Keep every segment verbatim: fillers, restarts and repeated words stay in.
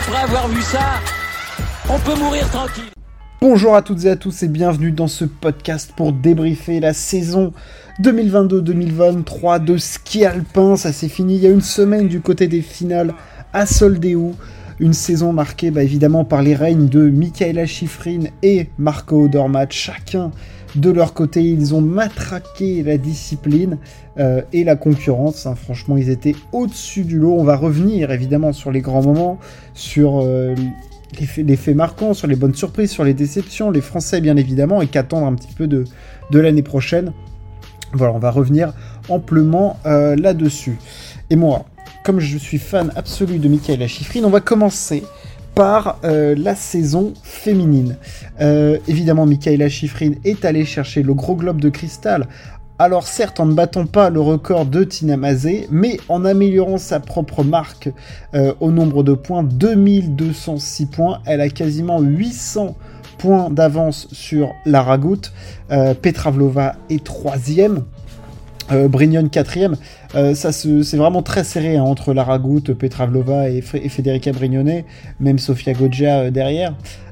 après avoir vu ça, on peut mourir tranquille. Bonjour à toutes et à tous et bienvenue dans ce podcast pour débriefer la saison deux mille vingt-deux deux mille vingt-trois de ski alpin. Ça s'est fini il y a une semaine du côté des finales à Soldeu. Une saison marquée bah, évidemment par les règnes de Mikaela Shiffrin et Marco Odermatt. Chacun de leur côté, ils ont matraqué la discipline euh, et la concurrence. Hein. Franchement, ils étaient au-dessus du lot. On va revenir évidemment sur les grands moments, sur euh, les, faits, les faits marquants, sur les bonnes surprises, sur les déceptions, les Français bien évidemment, et qu'attendre un petit peu de, de l'année prochaine. Voilà, on va revenir amplement euh, là-dessus. Et moi, comme je suis fan absolu de Mikaela Shiffrin, on va commencer par euh, la saison féminine. Euh, évidemment, Mikaela Shiffrin est allée chercher le gros globe de cristal. Alors certes, en ne battant pas le record de Tina Maze, mais en améliorant sa propre marque euh, au nombre de points, deux mille deux cent six points. Elle a quasiment huit cents points d'avance sur Lara Gut. Euh, Petra Vlhova est troisième. Euh, Brignon quatrième, euh, ça se, c'est vraiment très serré hein, entre Lara Gut, Petra Vlhova et, F- et Federica Brignone, même Sofia Goggia euh, derrière.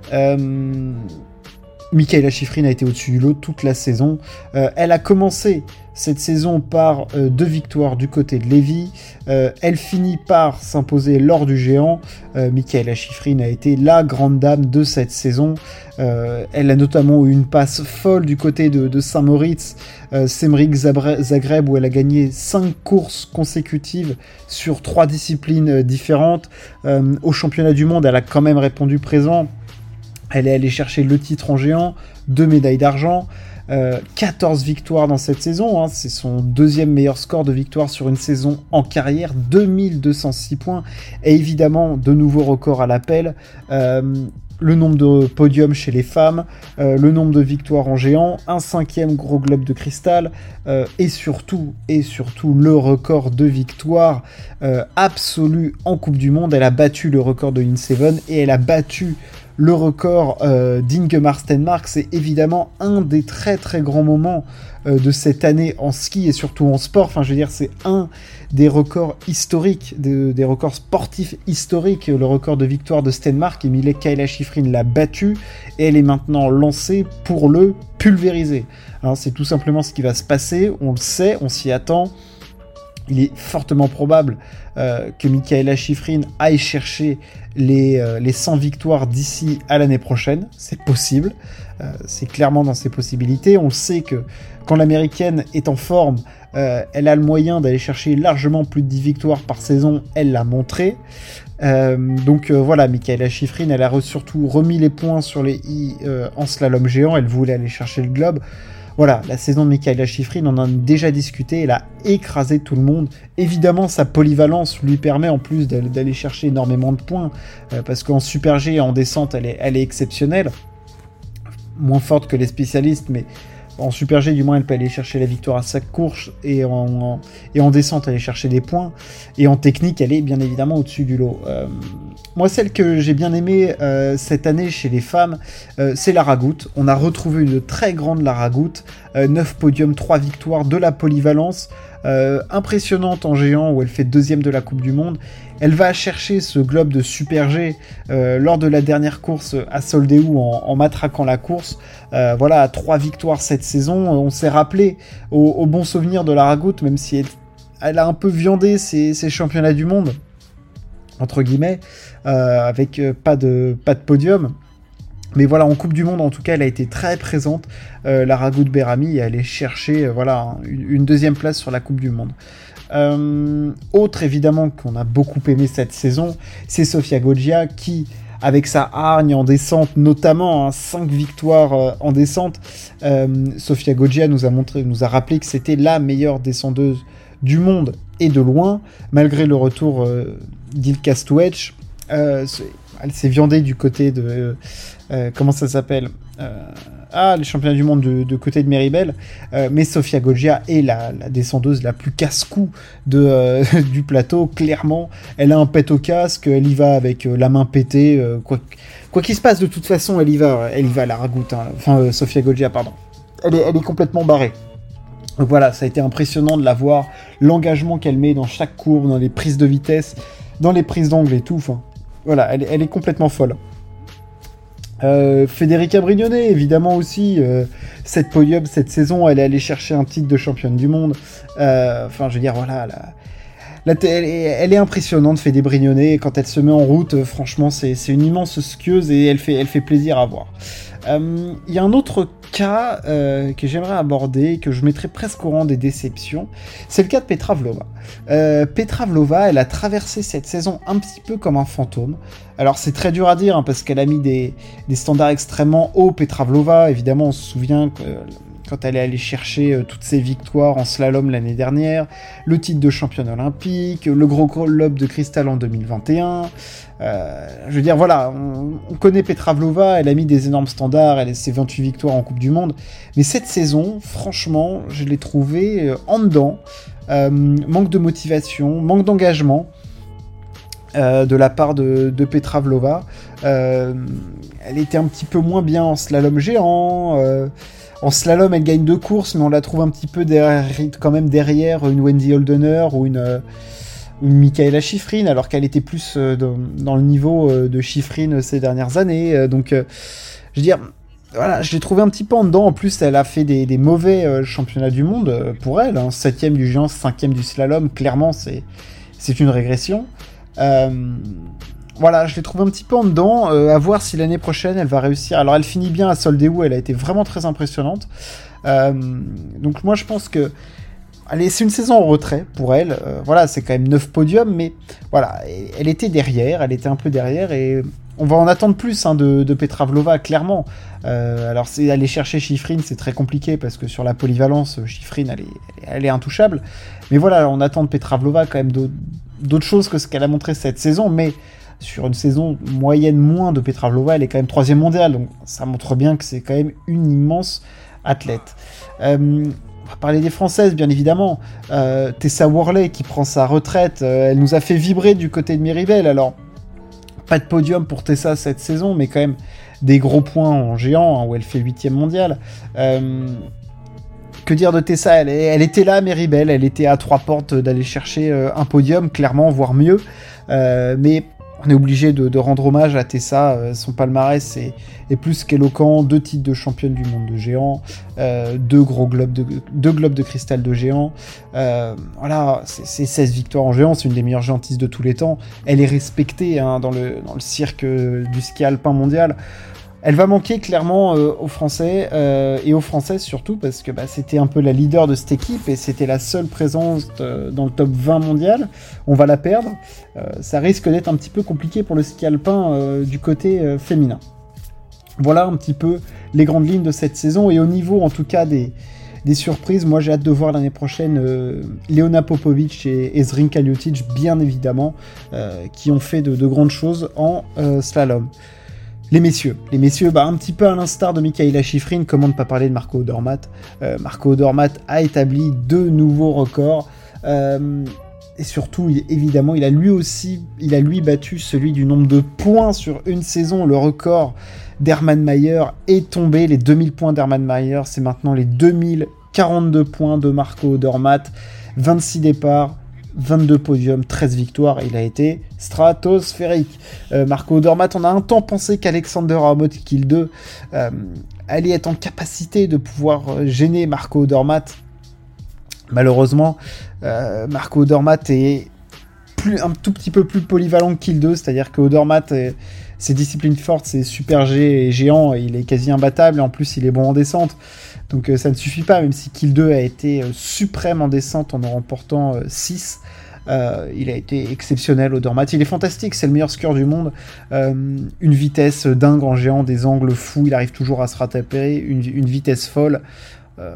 Euh, Mikaela Shiffrin a été au-dessus du lot toute la saison. Euh, elle a commencé cette saison par euh, deux victoires du côté de Lévis. Euh, elle finit par s'imposer lors du géant. Euh, Mikaela Shiffrin a été la grande dame de cette saison. Euh, elle a notamment eu une passe folle du côté de, de Saint-Moritz, euh, Semrig Zagreb, où elle a gagné cinq courses consécutives sur trois disciplines euh, différentes. Euh, au championnat du monde, elle a quand même répondu présent. Elle est allée chercher le titre en géant, deux médailles d'argent, euh, quatorze victoires dans cette saison. Hein, c'est son deuxième meilleur score de victoire sur une saison en carrière, deux mille deux cent six points. Et évidemment, de nouveaux records à l'appel. Euh, le nombre de podiums chez les femmes, euh, le nombre de victoires en géant, un cinquième gros globe de cristal, euh, et surtout, et surtout le record de victoires euh, absolu en Coupe du Monde. Elle a battu le record de Lynn Seven et elle a battu le record euh, d'Ingemar Stenmark. C'est évidemment un des très très grands moments euh, de cette année en ski et surtout en sport. Enfin, je veux dire, c'est un des records historiques, de, des records sportifs historiques. Le record de victoire de Stenmark, et Mikaela Shiffrin l'a battu et elle est maintenant lancée pour le pulvériser. Alors, c'est tout simplement ce qui va se passer. On le sait, on s'y attend. Il est fortement probable euh, que Mikaela Shiffrin aille chercher les, euh, les cent victoires d'ici à l'année prochaine. C'est possible, euh, c'est clairement dans ses possibilités. On sait que quand l'américaine est en forme, euh, elle a le moyen d'aller chercher largement plus de dix victoires par saison, elle l'a montré. Euh, donc euh, voilà, Mikaela Shiffrin, elle a re- surtout remis les points sur les i euh, en slalom géant, elle voulait aller chercher le globe. Voilà, la saison de Mikaela Shiffrin, on en a déjà discuté, elle a écrasé tout le monde. Évidemment, sa polyvalence lui permet en plus d'aller chercher énormément de points, euh, parce qu'en Super G et en descente, elle est, elle est exceptionnelle. Moins forte que les spécialistes, mais en Super G, du moins, elle peut aller chercher la victoire à chaque course, et en, en, et en descente, aller chercher des points. Et en technique, elle est bien évidemment au-dessus du lot. Euh, moi, celle que j'ai bien aimée euh, cette année chez les femmes, euh, c'est Lara Gut. On a retrouvé une très grande Lara Gut, euh, neuf podiums, trois victoires, de la polyvalence, euh, impressionnante en géant, où elle fait deuxième de la Coupe du Monde. Elle va chercher ce globe de Super G euh, lors de la dernière course à Soldeu en, en matraquant la course. Euh, voilà, trois victoires cette saison. On s'est rappelé au, au bon souvenir de Lara Gut, même si elle, elle a un peu viandé ses, ses championnats du monde, entre guillemets, euh, avec euh, pas de, pas de podium. Mais voilà, en Coupe du Monde, en tout cas, elle a été très présente. Euh, Lara Gut-Berami est allée chercher euh, voilà, une, une deuxième place sur la Coupe du Monde. Euh, autre, évidemment, qu'on a beaucoup aimé cette saison, c'est Sofia Goggia, qui, avec sa hargne en descente, notamment, hein, cinq victoires euh, en descente, euh, Sofia Goggia nous a, montré, nous a rappelé que c'était la meilleure descendeuse du monde, et de loin, malgré le retour euh, d'Ilka Stuec. Euh, elle s'est viandée du côté de... Euh, euh, comment ça s'appelle euh, Ah, les championnats du monde de, de côté de Meribel. Euh, mais Sofia Goggia est la, la descendeuse la plus casse-cou de, euh, du plateau, clairement. Elle a un pet au casque, elle y va avec euh, la main pétée. Euh, quoi, quoi qu'il se passe, de toute façon, elle y va, elle y va à la ragoute. Hein. Enfin, euh, Sofia Goggia, pardon. Elle est, elle est complètement barrée. Donc voilà, ça a été impressionnant de la voir, l'engagement qu'elle met dans chaque courbe, dans les prises de vitesse, dans les prises d'angle et tout. Enfin, voilà, elle, elle est complètement folle. Euh, Federica Brignone, évidemment aussi, euh, cette podium, cette saison, elle est allée chercher un titre de championne du monde. Euh, enfin, je veux dire, voilà, la, la, elle, est, elle est impressionnante, Fede Brignone, et quand elle se met en route, euh, franchement, c'est, c'est une immense skieuse et elle fait, elle fait plaisir à voir. Il euh, y a un autre cas euh, que j'aimerais aborder, que je mettrais presque au rang des déceptions, c'est le cas de Petra Vlhova. Euh, Petra Vlhova, elle a traversé cette saison un petit peu comme un fantôme. Alors c'est très dur à dire, hein, parce qu'elle a mis des, des standards extrêmement hauts, Petra Vlhova. Évidemment, on se souvient que euh, quand elle est allée chercher euh, toutes ses victoires en slalom l'année dernière, le titre de championne olympique, le gros globe de cristal en deux mille vingt et un... Euh, je veux dire, voilà, on, on connaît Petra Vlhova, elle a mis des énormes standards, elle a ses vingt-huit victoires en Coupe du Monde, mais cette saison, franchement, je l'ai trouvée euh, en dedans, euh, manque de motivation, manque d'engagement euh, de la part de, de Petra Vlhova. Euh, elle était un petit peu moins bien en slalom géant, euh, en slalom elle gagne deux courses, mais on la trouve un petit peu derrière, quand même derrière une Wendy Holdener ou une... Euh, une Mikaela Shiffrin, alors qu'elle était plus euh, dans, dans le niveau euh, de Shiffrin ces dernières années. Euh, donc, euh, je veux dire, voilà, je l'ai trouvé un petit peu en dedans. En plus, elle a fait des, des mauvais euh, championnats du monde euh, pour elle. Hein. Septième du géant, cinquième du slalom. Clairement, c'est, c'est une régression. Euh, voilà, je l'ai trouvé un petit peu en dedans. Euh, à voir si l'année prochaine, elle va réussir. Alors, elle finit bien à Soldeu. Elle a été vraiment très impressionnante. Euh, donc, moi, je pense que Allez, c'est une saison en retrait pour elle. Euh, voilà, c'est quand même neuf podiums, mais voilà, elle était derrière, elle était un peu derrière, et on va en attendre plus hein, de, de Petra Vlhova, clairement. Euh, alors, c'est, aller chercher Shiffrin, c'est très compliqué, parce que sur la polyvalence, Shiffrin, elle est, elle est intouchable. Mais voilà, on attend de Petra Vlhova quand même d'autres, d'autres choses que ce qu'elle a montré cette saison, mais sur une saison moyenne moins de Petra Vlhova, elle est quand même troisième mondiale, donc ça montre bien que c'est quand même une immense athlète. Euh, On va parler des Françaises, bien évidemment. Euh, Tessa Worley qui prend sa retraite, euh, elle nous a fait vibrer du côté de Méribel. Alors, pas de podium pour Tessa cette saison, mais quand même des gros points en géant, hein, où elle fait huitième mondiale. Euh, que dire de Tessa, elle, elle était là, Méribel, elle était à trois portes d'aller chercher euh, un podium, clairement, voire mieux. Euh, mais on est obligé de, de rendre hommage à Tessa. Euh, son palmarès est, est plus qu'éloquent. Deux titres de championne du monde de géant, euh, deux gros globes de, deux globes de cristal de géant. Euh, voilà, c'est, c'est seize victoires en géant. C'est une des meilleures géantistes de tous les temps. Elle est respectée hein, dans, le, dans le cirque du ski alpin mondial. Elle va manquer clairement euh, aux Français, euh, et aux Françaises surtout, parce que bah, c'était un peu la leader de cette équipe, et c'était la seule présence euh, dans le top vingt mondial. On va la perdre. Euh, ça risque d'être un petit peu compliqué pour le ski alpin euh, du côté euh, féminin. Voilà un petit peu les grandes lignes de cette saison, et au niveau en tout cas des, des surprises, moi j'ai hâte de voir l'année prochaine euh, Leona Popovic et, et Zrinka Ljutic, bien évidemment, euh, qui ont fait de, de grandes choses en euh, slalom. Les messieurs, les messieurs, bah, un petit peu à l'instar de Mikaela Shiffrin, comment ne pas parler de Marco Odermatt. euh, Marco Odermatt a établi deux nouveaux records, euh, et surtout, il, évidemment, il a lui aussi, il a lui battu celui du nombre de points sur une saison. Le record d'Hermann Maier est tombé, les deux mille points d'Hermann Maier, c'est maintenant les deux mille quarante-deux points de Marco Odermatt, vingt-six départs, vingt-deux podiums, treize victoires, il a été stratosphérique. Euh, Marco Odermatt, on a un temps pensé qu'Alexander Aamodt Kiel deux euh, allait être en capacité de pouvoir gêner Marco Odermatt. Malheureusement, euh, Marco Odermatt est plus, un tout petit peu plus polyvalent que Kiel deux, c'est-à-dire que Odermatt, est, ses disciplines fortes, c'est super G et géant, et il est quasi imbattable, et en plus il est bon en descente. Donc euh, ça ne suffit pas, même si Kiel deux a été euh, suprême en descente en en remportant euh, six. Euh, il a été exceptionnel, Odermatt. Il est fantastique, c'est le meilleur skieur du monde. Euh, une vitesse dingue en géant, des angles fous, il arrive toujours à se rattraper, une, une vitesse folle. Euh,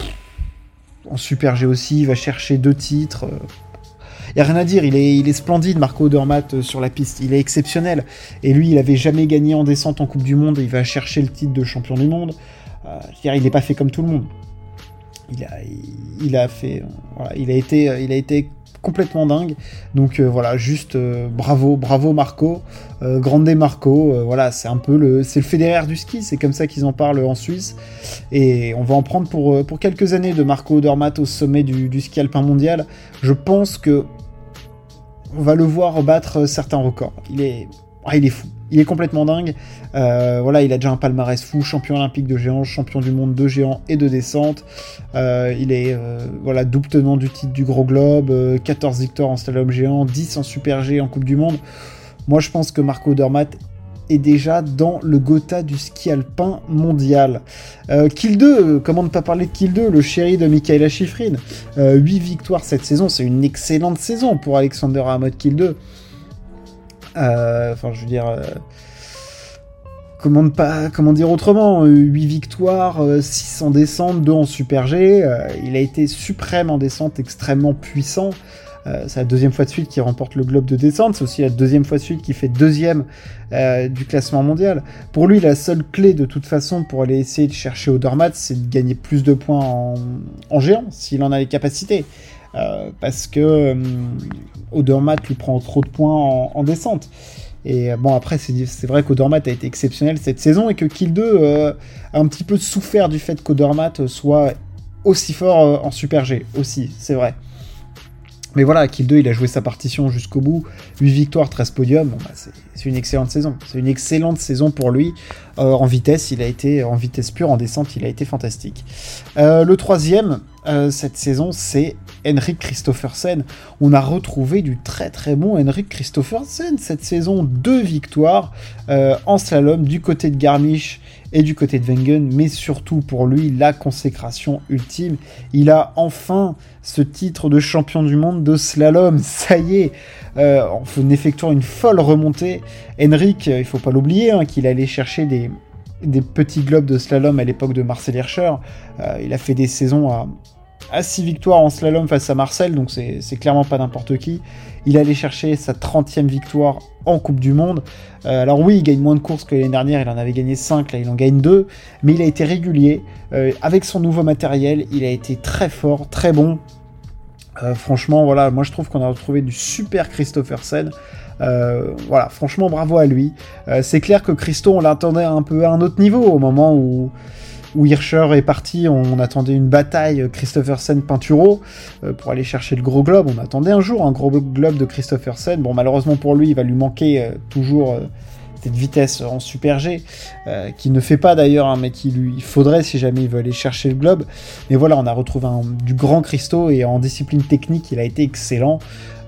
en super G aussi, il va chercher deux titres. Euh, Il n'y a rien à dire, il est, il est splendide, Marco Odermatt, euh, sur la piste. Il est exceptionnel. Et lui, il n'avait jamais gagné en descente en Coupe du Monde. Il va chercher le titre de champion du monde. Euh, je veux dire, il n'est pas fait comme tout le monde. Il a, il, il a fait, voilà, il a été, il a été complètement dingue. Donc euh, voilà, juste euh, bravo, bravo Marco, euh, grande Marco. Euh, voilà, c'est un peu le, c'est le Federer du ski. C'est comme ça qu'ils en parlent en Suisse. Et on va en prendre pour pour quelques années de Marco Odermatt au sommet du, du ski alpin mondial. Je pense que on va le voir battre certains records. Il est ah, il est fou. Il est complètement dingue. Euh, voilà, il a déjà un palmarès fou, champion olympique de géant, champion du monde de géant et de descente. Euh, il est euh, voilà, double tenant du titre du Gros Globe, euh, quatorze victoires en slalom géant, dix en super G en Coupe du Monde. Moi, je pense que Marco Odermatt est déjà dans le Gotha du ski alpin mondial. Euh, Kiel deux, euh, comment ne pas parler de Kiel deux, le chéri de Mikaela Shiffrin. Euh, huit victoires cette saison, c'est une excellente saison pour Alexander Amott Kiel deux. Euh, enfin, je veux dire... Euh, comment, ne pas, comment dire autrement, huit victoires, euh, six en descente, deux en super G. Euh, il a été suprême en descente, extrêmement puissant. Euh, c'est la deuxième fois de suite qu'il remporte le globe de descente. C'est aussi la deuxième fois de suite qu'il fait deuxième euh, du classement mondial. Pour lui, la seule clé de toute façon pour aller essayer de chercher Odermatt, c'est de gagner plus de points en, en géant, s'il en a les capacités. Euh, parce que euh, Odermatt lui prend trop de points en, en descente. Et bon, après, c'est, c'est vrai qu'Odermatt a été exceptionnel cette saison et que Kiel deux euh, a un petit peu souffert du fait qu'Odermatt soit aussi fort euh, en super G, aussi, c'est vrai. Mais voilà, Kiel deux, il a joué sa partition jusqu'au bout. huit victoires, treize podiums. Bon, bah, c'est, c'est une excellente saison. C'est une excellente saison pour lui. Euh, en vitesse, il a été, en vitesse pure, en descente, il a été fantastique. Euh, le troisième, euh, cette saison, c'est Henrik Kristoffersen. On a retrouvé du très très bon Henrik Kristoffersen cette saison. Deux victoires euh, en slalom du côté de Garmisch et du côté de Wengen, mais surtout pour lui, la consécration ultime. Il a enfin ce titre de champion du monde de slalom. Ça y est, euh, en effectuant une folle remontée. Henrik, il faut pas l'oublier, hein, qu'il allait chercher des, des petits globes de slalom à l'époque de Marcel Hirscher. Euh, il a fait des saisons à... à six victoires en slalom face à Marcel, donc c'est, c'est clairement pas n'importe qui. Il allait chercher sa trentième victoire en Coupe du Monde. Euh, alors oui, il gagne moins de courses que l'année dernière, il en avait gagné cinq, là il en gagne deux, mais il a été régulier. Euh, avec son nouveau matériel, il a été très fort, très bon. Euh, franchement, voilà, moi je trouve qu'on a retrouvé du super Kristoffersen. Euh, voilà, franchement, bravo à lui. Euh, c'est clair que Christo, on l'attendait un peu à un autre niveau au moment où... où Hirscher est parti, on attendait une bataille Kristoffersen-Pinturo euh, pour aller chercher le gros globe. On attendait un jour un gros globe de Kristoffersen. Bon, malheureusement pour lui, il va lui manquer euh, toujours euh, cette vitesse en super G, euh, qu'il ne fait pas d'ailleurs, hein, mais qu'il lui faudrait si jamais il veut aller chercher le globe. Mais voilà, on a retrouvé un, du grand Christo, et en discipline technique, il a été excellent.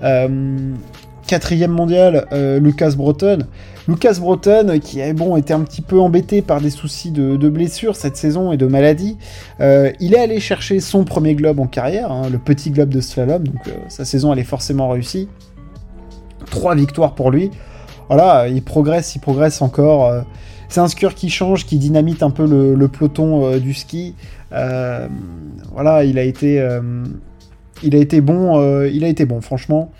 Euh, quatrième mondial, euh, Lucas Broughton. Lucas Broughton, qui a bon, été un petit peu embêté par des soucis de, de blessures cette saison et de maladies, euh, il est allé chercher son premier globe en carrière, hein, le petit globe de slalom, donc euh, sa saison elle est forcément réussie. Trois victoires pour lui. Voilà, il progresse, il progresse encore. Euh, c'est un skieur qui change, qui dynamite un peu le, le peloton euh, du ski. Euh, voilà, il a été, euh, il a été bon, euh, il a été bon, franchement.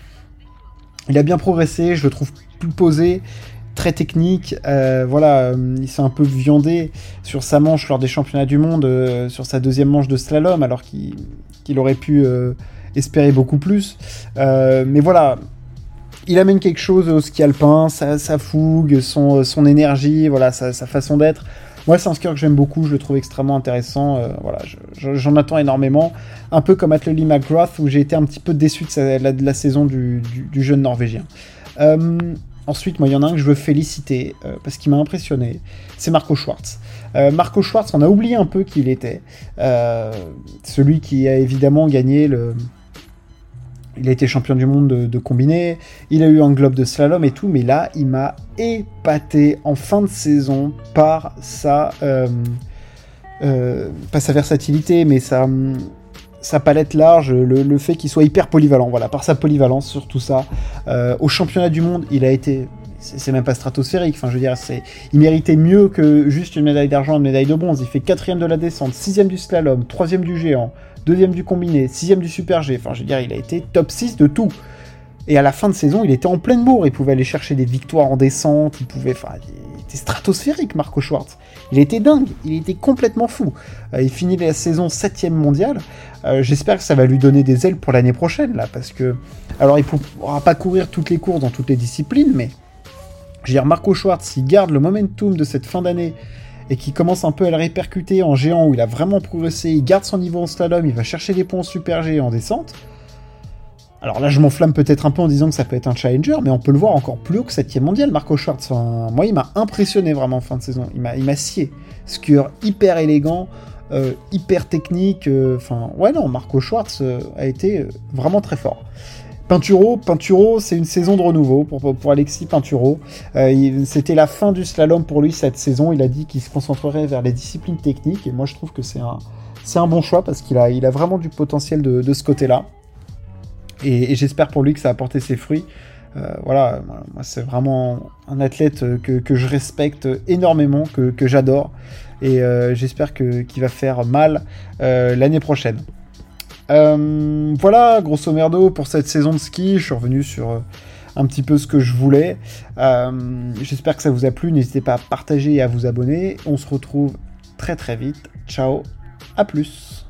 Il a bien progressé, je le trouve plus posé, très technique, euh, voilà, euh, il s'est un peu viandé sur sa manche lors des championnats du monde, euh, sur sa deuxième manche de slalom, alors qu'il, qu'il aurait pu euh, espérer beaucoup plus. Euh, mais voilà, il amène quelque chose au ski alpin, sa, sa fougue, son, son énergie, voilà, sa, sa façon d'être. Moi, c'est un skieur que j'aime beaucoup, je le trouve extrêmement intéressant, euh, voilà, je, je, j'en attends énormément, un peu comme Atle McGrath, où j'ai été un petit peu déçu de, sa, la, de la saison du, du, du jeune Norvégien. Euh, ensuite, moi, il y en a un que je veux féliciter, euh, parce qu'il m'a impressionné, c'est Marco Schwarz. Euh, Marco Schwarz, on a oublié un peu qui il était, euh, celui qui a évidemment gagné le... Il a été champion du monde de, de combiné, il a eu un globe de slalom et tout, mais là, il m'a épaté en fin de saison par sa, euh, euh, pas sa versatilité, mais sa, sa palette large, le, le fait qu'il soit hyper polyvalent, voilà, par sa polyvalence sur tout ça. Euh, au championnat du monde, il a été... C'est, c'est même pas stratosphérique, enfin je veux dire, c'est, il méritait mieux que juste une médaille d'argent, une médaille de bronze. Il fait quatrième de la descente, sixième du slalom, troisième du géant, deuxième du combiné, sixième du super G, enfin je veux dire, il a été top six de tout. Et à la fin de saison, il était en pleine bourre, il pouvait aller chercher des victoires en descente, il pouvait, enfin, il était stratosphérique, Marco Schwarz. Il était dingue, il était complètement fou. Euh, il finit la saison septième mondiale, euh, j'espère que ça va lui donner des ailes pour l'année prochaine, là, parce que, alors il ne pourra pas courir toutes les courses dans toutes les disciplines, mais, je veux dire, Marco Schwarz, s'il garde le momentum de cette fin d'année, et qui commence un peu à le répercuter en géant, où il a vraiment progressé, il garde son niveau en slalom, il va chercher des points en super G en descente, Alors là, je m'enflamme peut-être un peu en disant que ça peut être un challenger, mais on peut le voir encore plus haut que septième mondial, Marco Schwartz. Enfin, moi, il m'a impressionné vraiment en fin de saison. Il m'a, il m'a scié. Skieur hyper élégant, euh, hyper technique. Euh, enfin, ouais, non, Marco Schwartz euh, a été euh, vraiment très fort. Pinturo, Pinturo, c'est une saison de renouveau pour, pour, pour Alexis Pinturo. Euh, il, c'était la fin du slalom pour lui cette saison. Il a dit qu'il se concentrerait vers les disciplines techniques. Et moi, je trouve que c'est un, c'est un bon choix parce qu'il a, il a vraiment du potentiel de, de ce côté-là. Et, et j'espère pour lui que ça a porté ses fruits. Euh, voilà, moi c'est vraiment un athlète que, que je respecte énormément, que, que j'adore. Et euh, j'espère que, qu'il va faire mal euh, l'année prochaine. Euh, voilà, grosso merdo, pour cette saison de ski. Je suis revenu sur euh, un petit peu ce que je voulais. Euh, j'espère que ça vous a plu. N'hésitez pas à partager et à vous abonner. On se retrouve très très vite. Ciao, à plus.